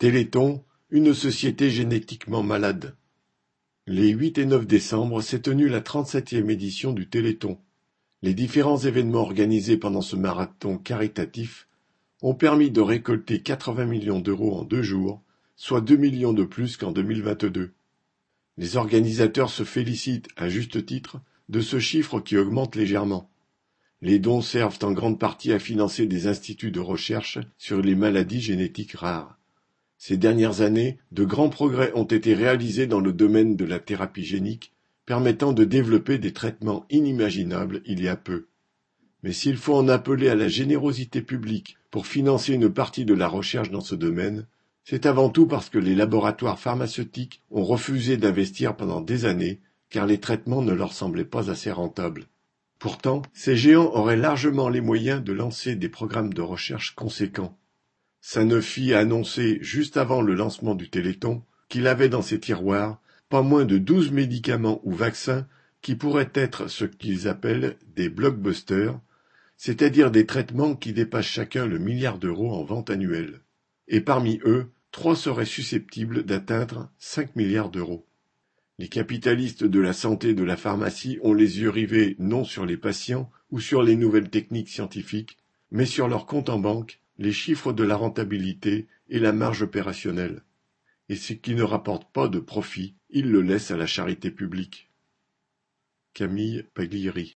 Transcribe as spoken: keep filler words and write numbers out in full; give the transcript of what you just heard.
Téléthon, une société génétiquement malade. Les huit et neuf décembre s'est tenue la trente-septième édition du Téléthon. Les différents événements organisés pendant ce marathon caritatif ont permis de récolter quatre-vingts millions d'euros en deux jours, soit deux millions de plus qu'en deux mille vingt-deux. Les organisateurs se félicitent, à juste titre, de ce chiffre qui augmente légèrement. Les dons servent en grande partie à financer des instituts de recherche sur les maladies génétiques rares. Ces dernières années, de grands progrès ont été réalisés dans le domaine de la thérapie génique, permettant de développer des traitements inimaginables il y a peu. Mais s'il faut en appeler à la générosité publique pour financer une partie de la recherche dans ce domaine, c'est avant tout parce que les laboratoires pharmaceutiques ont refusé d'investir pendant des années, car les traitements ne leur semblaient pas assez rentables. Pourtant, ces géants auraient largement les moyens de lancer des programmes de recherche conséquents. Sanofi a annoncé, juste avant le lancement du Téléthon, qu'il avait dans ses tiroirs pas moins de douze médicaments ou vaccins qui pourraient être ce qu'ils appellent des blockbusters, c'est-à-dire des traitements qui dépassent chacun le milliard d'euros en vente annuelle. Et parmi eux, trois seraient susceptibles d'atteindre cinq milliards d'euros. Les capitalistes de la santé et de la pharmacie ont les yeux rivés non sur les patients ou sur les nouvelles techniques scientifiques, mais sur leur compte en banque, les chiffres de la rentabilité et la marge opérationnelle. Et ce qui ne rapporte pas de profit, ils le laissent à la charité publique. Camille Paglieri.